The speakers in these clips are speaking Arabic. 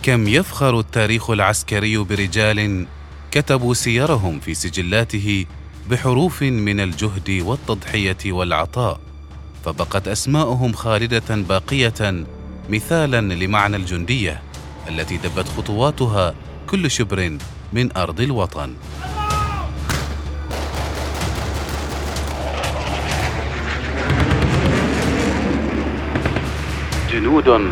كم يفخر التاريخ العسكري برجال كتبوا سيرهم في سجلاته بحروف من الجهد والتضحية والعطاء، فبقت أسماؤهم خالدة باقية مثالا لمعنى الجندية التي دبت خطواتها كل شبر من أرض الوطن. جنود،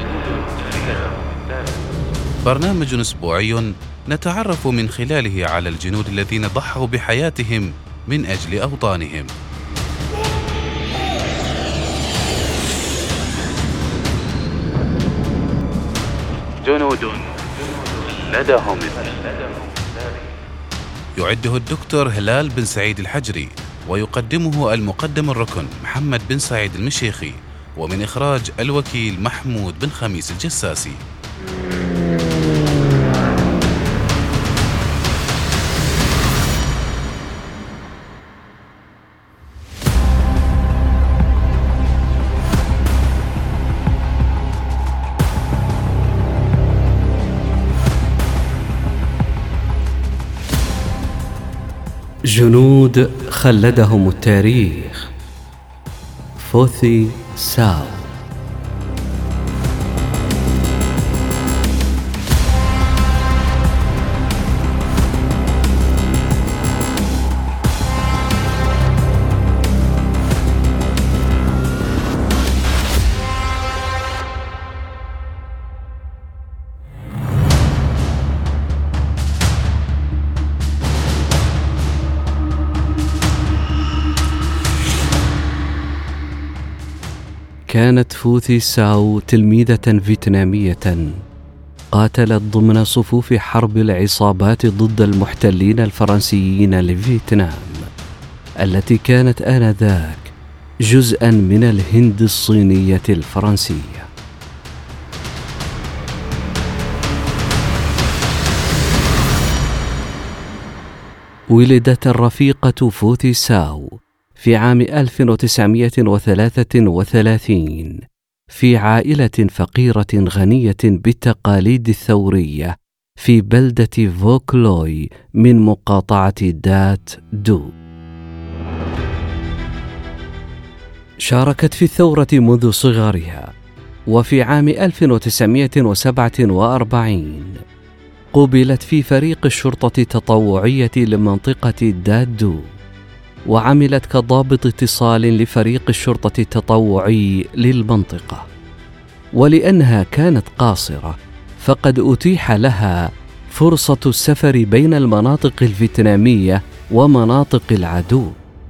برنامج أسبوعي نتعرف من خلاله على الجنود الذين ضحوا بحياتهم من أجل أوطانهم. جنود لدهم يعده الدكتور هلال بن سعيد الحجري، ويقدمه المقدم الركن محمد بن سعيد المشيخي، ومن إخراج الوكيل محمود بن خميس الجساسي. جنود خلدهم التاريخ. فوثي ساو. كانت فوثي ساو تلميذة فيتنامية قاتلت ضمن صفوف حرب العصابات ضد المحتلين الفرنسيين لفيتنام، التي كانت آنذاك جزءاً من الهند الصينية الفرنسية. ولدت الرفيقة فوثي ساو في عام 1933 في عائلة فقيرة غنية بالتقاليد الثورية في بلدة فوكلوي من مقاطعة دات دو. شاركت في الثورة منذ صغرها، وفي عام 1947 قُبلت في فريق الشرطة التطوعية لمنطقة دات دو، وعملت كضابط اتصال لفريق الشرطة التطوعي للمنطقة. ولأنها كانت قاصرة فقد أتيح لها فرصة السفر بين المناطق الفيتنامية ومناطق العدو.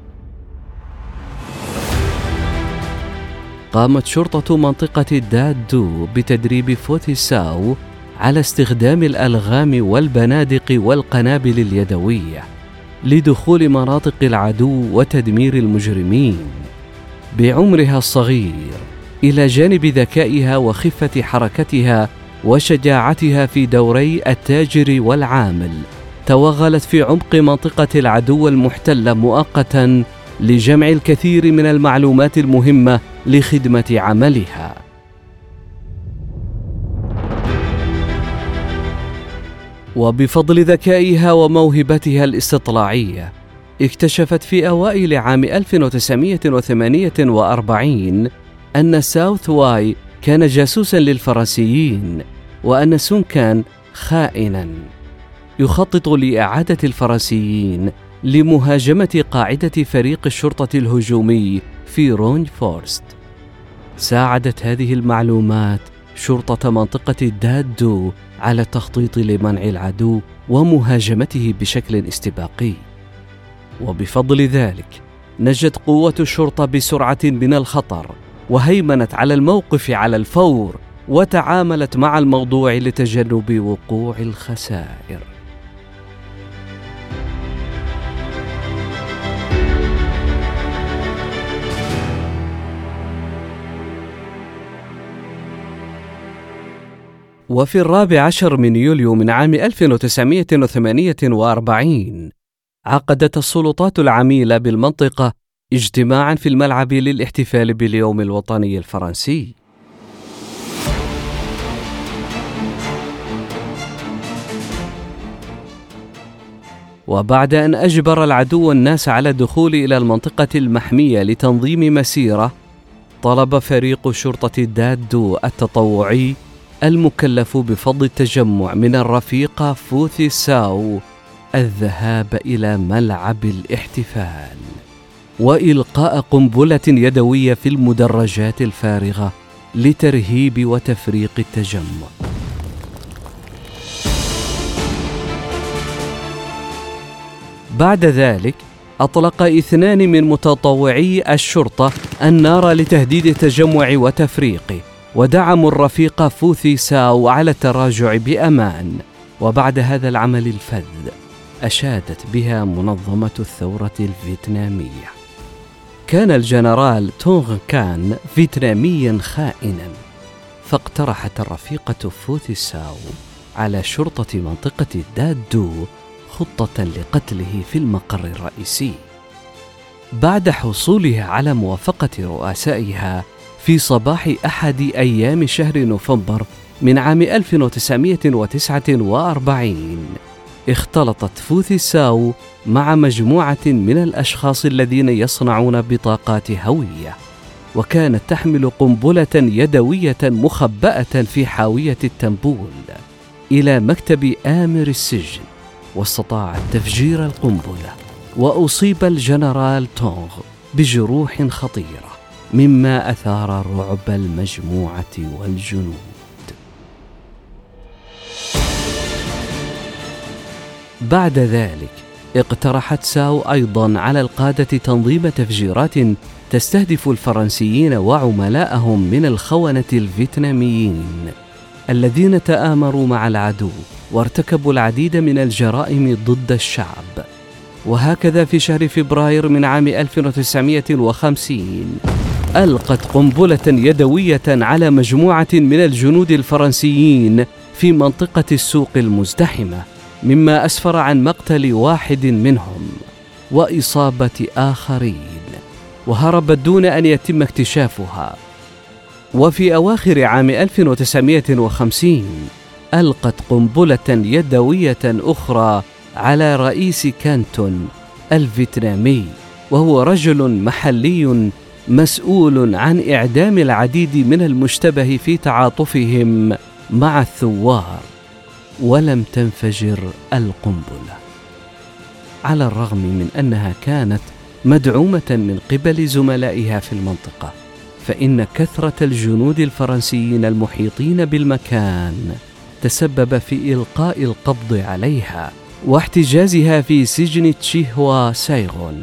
قامت شرطة منطقة دات دو بتدريب فوثي ساو على استخدام الألغام والبنادق والقنابل اليدوية لدخول مناطق العدو وتدمير المجرمين. بعمرها الصغير، إلى جانب ذكائها وخفة حركتها وشجاعتها في دوري التاجر والعامل، توغلت في عمق منطقة العدو المحتلة مؤقتا لجمع الكثير من المعلومات المهمة لخدمة عملها. وبفضل ذكائها وموهبتها الاستطلاعية، اكتشفت في أوائل عام 1948 أن ساوث واي كان جاسوسا للفرنسيين، وأن سون كان خائنا يخطط لإعادة الفرنسيين لمهاجمة قاعدة فريق الشرطة الهجومي في رونج فورست. ساعدت هذه المعلومات شرطة منطقة دات دو على التخطيط لمنع العدو ومهاجمته بشكل استباقي، وبفضل ذلك نجت قوة الشرطة بسرعة من الخطر، وهيمنت على الموقف على الفور، وتعاملت مع الموضوع لتجنب وقوع الخسائر. وفي 14 من يوليو من عام 1948 عقدت السلطات العميلة بالمنطقة اجتماعاً في الملعب للاحتفال باليوم الوطني الفرنسي. وبعد أن أجبر العدو الناس على الدخول إلى المنطقة المحمية لتنظيم مسيرة، طلب فريق شرطة دادو التطوعي المكلف بفض التجمع من الرفيقة فوثي ساو الذهاب إلى ملعب الاحتفال وإلقاء قنبلة يدوية في المدرجات الفارغة لترهيب وتفريق التجمع. بعد ذلك أطلق 2 من متطوعي الشرطة النار لتهديد التجمع وتفريقه، ودعموا الرفيق فوثي ساو على التراجع بأمان. وبعد هذا العمل الفذ أشادت بها منظمة الثورة الفيتنامية. كان الجنرال تونغ كان فيتناميا خائنا، فاقترحت الرفيقة فوثي ساو على شرطة منطقة دادو خطة لقتله في المقر الرئيسي. بعد حصولها على موافقة رؤسائها في صباح أحد أيام شهر نوفمبر من عام 1949، اختلطت فوثي ساو مع مجموعة من الأشخاص الذين يصنعون بطاقات هوية، وكانت تحمل قنبلة يدوية مخبأة في حاوية التنبول إلى مكتب آمر السجن، واستطاعت تفجير القنبلة، وأصيب الجنرال تونغ بجروح خطيرة مما أثار رعب المجموعة والجنود. بعد ذلك اقترحت ساو أيضا على القادة تنظيم تفجيرات تستهدف الفرنسيين وعملائهم من الخونة الفيتناميين الذين تآمروا مع العدو وارتكبوا العديد من الجرائم ضد الشعب. وهكذا في شهر فبراير من عام 1950 ألقت قنبلة يدوية على مجموعة من الجنود الفرنسيين في منطقة السوق المزدحمة، مما أسفر عن مقتل 1 منهم وإصابة آخرين، وهربت دون أن يتم اكتشافها. وفي أواخر عام 1950 ألقت قنبلة يدوية أخرى على رئيس كانتون الفيتنامي، وهو رجل محلي مسؤول عن إعدام العديد من المشتبه في تعاطفهم مع الثوار، ولم تنفجر القنبلة على الرغم من أنها كانت مدعومة من قبل زملائها في المنطقة، فإن كثرة الجنود الفرنسيين المحيطين بالمكان تسبب في إلقاء القبض عليها واحتجازها في سجن تشيهوا سايغون.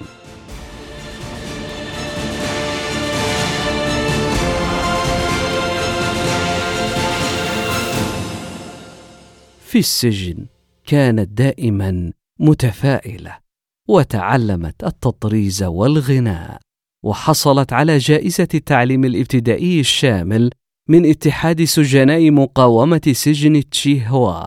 في السجن كانت دائما متفائلة، وتعلمت التطريز والغناء، وحصلت على جائزة التعليم الابتدائي الشامل من اتحاد سجناء مقاومة سجن تشيهوا.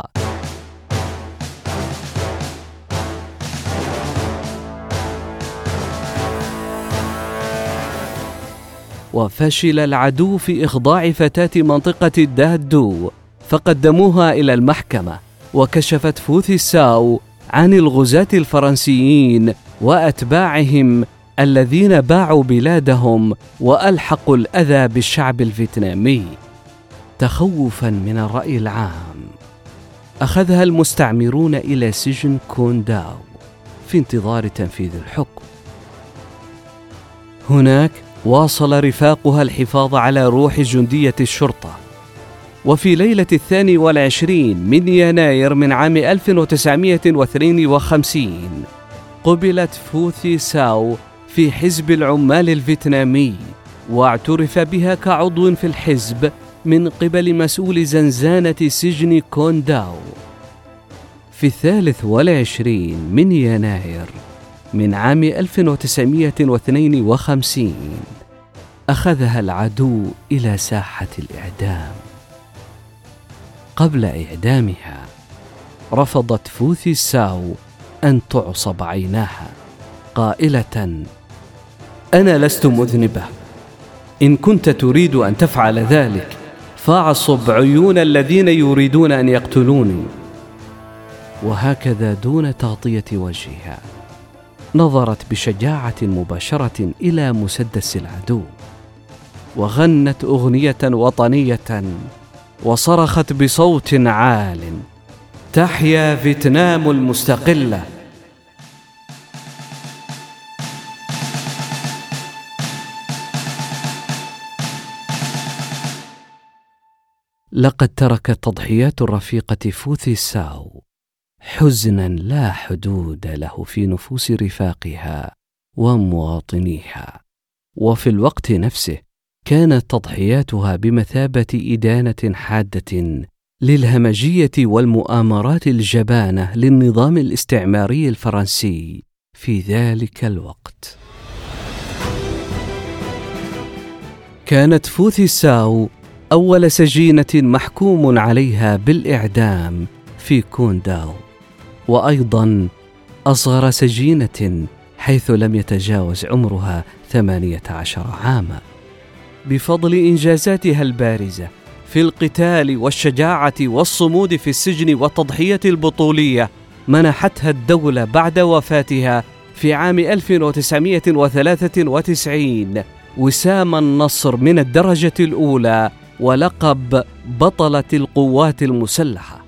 وفشل العدو في إخضاع فتاة منطقة دادو، فقدموها إلى المحكمة، وكشفت فوثي ساو عن الغزاة الفرنسيين وأتباعهم الذين باعوا بلادهم وألحقوا الأذى بالشعب الفيتنامي. تخوفا من الرأي العام أخذها المستعمرون إلى سجن كونداو في انتظار تنفيذ الحكم. هناك واصل رفاقها الحفاظ على روح جندية الشرطة، وفي ليلة 22 من يناير من عام 1952 قبلت فوثي ساو في حزب العمال الفيتنامي، واعترف بها كعضو في الحزب من قبل مسؤول زنزانة سجن كونداو. في 23 من يناير من عام 1952 أخذها العدو إلى ساحة الإعدام. قبل إعدامها رفضت فوثي ساو أن تعصب عيناها قائلة: أنا لست مذنبة، إن كنت تريد أن تفعل ذلك فاعصب عيون الذين يريدون أن يقتلوني. وهكذا دون تغطية وجهها نظرت بشجاعة مباشرة إلى مسدس العدو، وغنت أغنية وطنية وصرخت بصوت عال: تحيا فيتنام المستقلة. لقد تركت تضحيات الرفيقة فو ثي ساو حزنا لا حدود له في نفوس رفاقها ومواطنيها، وفي الوقت نفسه كانت تضحياتها بمثابة إدانة حادة للهمجية والمؤامرات الجبانة للنظام الاستعماري الفرنسي في ذلك الوقت. كانت فو ثي ساو أول سجينة محكوم عليها بالإعدام في كونداو، وأيضا أصغر سجينة حيث لم يتجاوز عمرها 18 عاما. بفضل إنجازاتها البارزة في القتال والشجاعة والصمود في السجن والتضحية البطولية، منحتها الدولة بعد وفاتها في عام 1993 وسام النصر من الدرجة الأولى ولقب بطلة القوات المسلحة.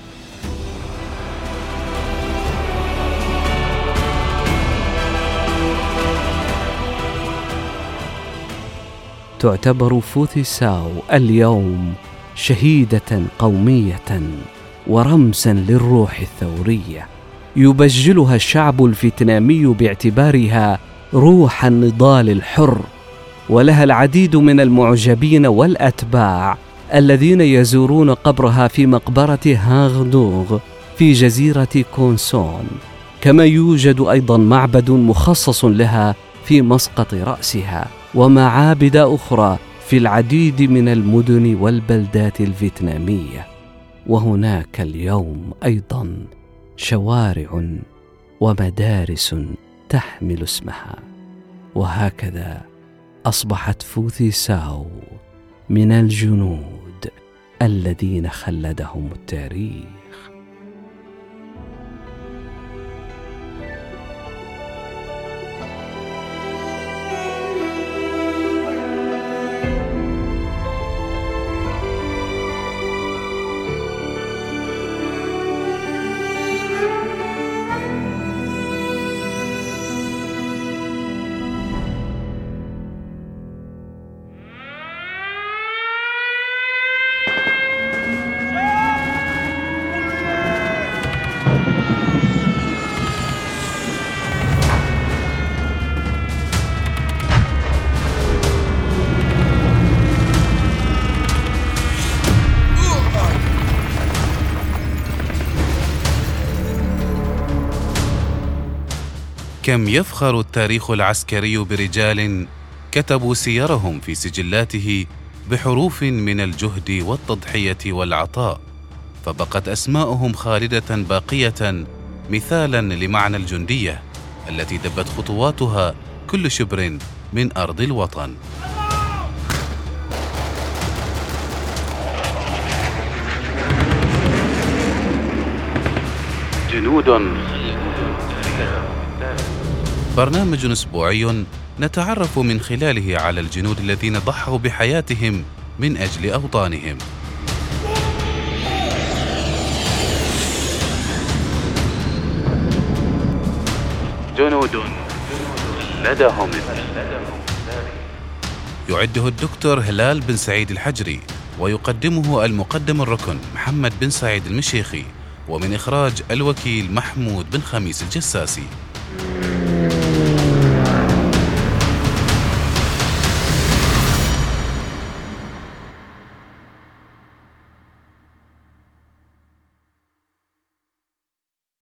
تعتبر فو ثي ساو اليوم شهيدة قومية ورمزا للروح الثورية، يبجلها الشعب الفيتنامي باعتبارها روح النضال الحر، ولها العديد من المعجبين والأتباع الذين يزورون قبرها في مقبرة هاغدوغ في جزيرة كونسون، كما يوجد أيضا معبد مخصص لها في مسقط رأسها، ومعابد أخرى في العديد من المدن والبلدات الفيتنامية. وهناك اليوم أيضا شوارع ومدارس تحمل اسمها. وهكذا أصبحت فو ثي ساو من الجنود الذين خلدهم التاريخ. كم يفخر التاريخ العسكري برجال كتبوا سيرهم في سجلاته بحروف من الجهد والتضحية والعطاء، فبقت أسماؤهم خالدة باقية مثالا لمعنى الجندية التي دبت خطواتها كل شبر من أرض الوطن. جنود، برنامج أسبوعي نتعرف من خلاله على الجنود الذين ضحوا بحياتهم من أجل أوطانهم. جنود لدهم. يعده الدكتور هلال بن سعيد الحجري، ويقدمه المقدم الركن محمد بن سعيد المشيخي، ومن إخراج الوكيل محمود بن خميس الجساسي.